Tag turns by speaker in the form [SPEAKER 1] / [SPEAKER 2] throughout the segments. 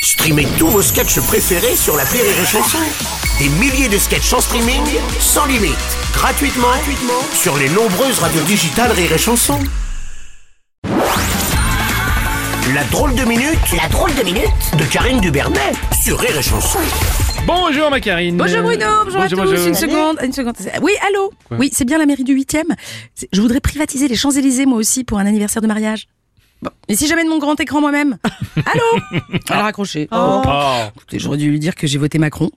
[SPEAKER 1] Streamez tous vos sketchs préférés sur l'appli Rire et Chanson. Des milliers de sketchs en streaming, sans limite, gratuitement sur les nombreuses radios digitales Rire et Chanson. La drôle de minute de Karine Dubernet sur Rire et Chanson.
[SPEAKER 2] Bonjour ma Karine.
[SPEAKER 3] Bonjour Bruno, bonjour à tous.
[SPEAKER 2] Bonjour.
[SPEAKER 3] Une seconde. Oui, allô.
[SPEAKER 2] Quoi?
[SPEAKER 3] Oui, c'est bien la mairie du 8e. Je voudrais privatiser les Champs-Élysées moi aussi pour un anniversaire de mariage. Bon. Et si j'amène mon grand écran moi-même? Allô? Elle a raccroché.
[SPEAKER 2] Oh.
[SPEAKER 3] Écoutez, j'aurais dû lui dire que j'ai voté Macron.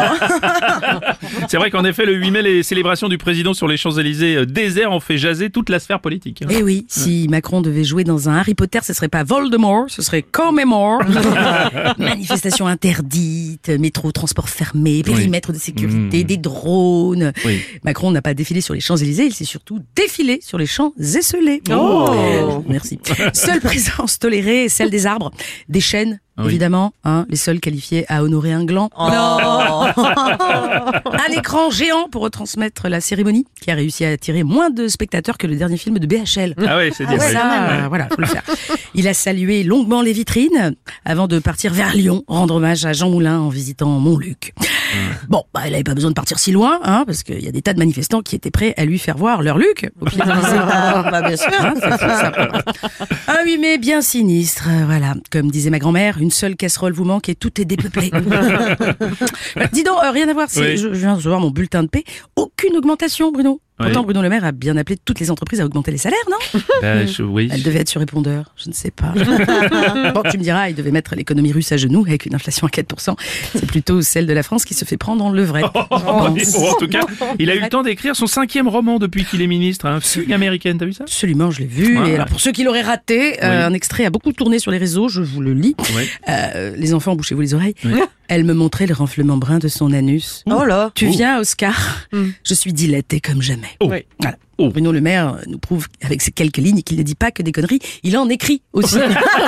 [SPEAKER 2] C'est vrai qu'en effet, le 8 mai, les célébrations du président sur les Champs-Élysées déserts ont fait jaser toute la sphère politique.
[SPEAKER 3] Eh oui, si Macron devait jouer dans un Harry Potter, ce serait pas Voldemort, ce serait Comemore. Manifestation interdite, métro, transport fermé, périmètre de sécurité, des drones.
[SPEAKER 2] Oui.
[SPEAKER 3] Macron n'a pas défilé sur les Champs-Élysées, il s'est surtout défilé sur les champs esselés.
[SPEAKER 2] Oh.
[SPEAKER 3] Merci. Seule présence tolérée, celle des arbres, des chênes.
[SPEAKER 2] Oui.
[SPEAKER 3] Évidemment, les seuls qualifiés à honorer un gland. Non. Un écran géant pour retransmettre la cérémonie, qui a réussi à attirer moins de spectateurs que le dernier film de BHL.
[SPEAKER 2] Ah ouais, c'est dire.
[SPEAKER 3] Ça, voilà, faut le faire. Il a salué longuement les vitrines avant de partir vers Lyon, rendre hommage à Jean Moulin en visitant Montluc. Bon, il avait pas besoin de partir si loin, parce qu'il y a des tas de manifestants qui étaient prêts à lui faire voir leur Luc. Au pied de l'Élysée. Bien sûr. Un 8 mai bien sinistre, voilà. Comme disait ma grand-mère, une seule casserole vous manque et tout est dépeuplé. Dis donc, rien à voir,
[SPEAKER 2] Oui.
[SPEAKER 3] je viens de recevoir mon bulletin de paie. Aucune augmentation, Bruno. Pourtant,
[SPEAKER 2] Oui.
[SPEAKER 3] Bruno Le Maire a bien appelé toutes les entreprises à augmenter les salaires, non?
[SPEAKER 2] Oui.
[SPEAKER 3] Elle devait être sur répondeur, je ne sais pas. Bon, tu me diras, il devait mettre l'économie russe à genoux avec une inflation à 4%. C'est plutôt celle de la France qui se fait prendre en levrette.
[SPEAKER 2] En tout cas, il a eu le temps d'écrire son 5e roman depuis qu'il est ministre. Fugue américaine, t'as vu ça?
[SPEAKER 3] Absolument, je l'ai vu.
[SPEAKER 2] Ouais.
[SPEAKER 3] Et alors, pour ceux qui l'auraient raté, un extrait a beaucoup tourné sur les réseaux, je vous le lis.
[SPEAKER 2] Oui.
[SPEAKER 3] Les enfants, bouchez-vous les oreilles.
[SPEAKER 2] Oui.
[SPEAKER 3] Elle me montrait le renflement brun de son anus.
[SPEAKER 4] Oh là.
[SPEAKER 3] Tu viens, Oscar? Je suis dilatée comme jamais.
[SPEAKER 2] Oh.
[SPEAKER 4] Oui.
[SPEAKER 3] Voilà.
[SPEAKER 2] Oh.
[SPEAKER 3] Bruno Le Maire nous prouve avec ces quelques lignes qu'il ne dit pas que des conneries, il en écrit aussi.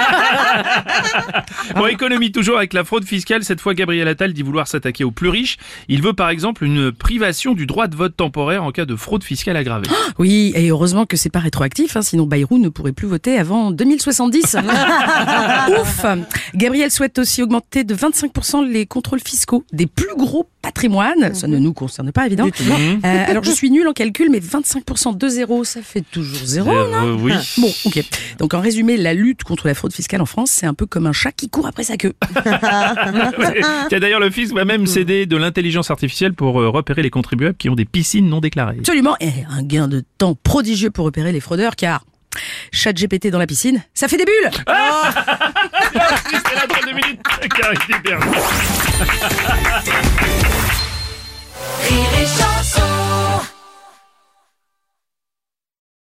[SPEAKER 2] Bon, économie toujours avec la fraude fiscale. Cette fois, Gabriel Attal dit vouloir s'attaquer aux plus riches. Il veut par exemple une privation du droit de vote temporaire en cas de fraude fiscale aggravée.
[SPEAKER 3] Oui, et heureusement que c'est pas rétroactif, sinon Bayrou ne pourrait plus voter avant 2070. Ouf. Gabriel souhaite aussi augmenter de 25% les contrôles fiscaux des plus gros patrimoines. Ça ne nous concerne pas, évidemment. Alors, je suis nulle en calcul, mais 25% de zéro, ça fait toujours zéro, non?
[SPEAKER 2] Oui.
[SPEAKER 3] Bon, ok. Donc, en résumé, la lutte contre la fraude fiscale en France, c'est un peu comme un chat qui court après sa queue.
[SPEAKER 2] Tiens, d'ailleurs, le fisc va même céder de l'intelligence artificielle pour repérer les contribuables qui ont des piscines non déclarées.
[SPEAKER 3] Absolument. Et un gain de temps prodigieux pour repérer les fraudeurs, car ChatGPT dans la piscine, ça fait des bulles.
[SPEAKER 2] C'est la drôle de minute. Karine Dubernet.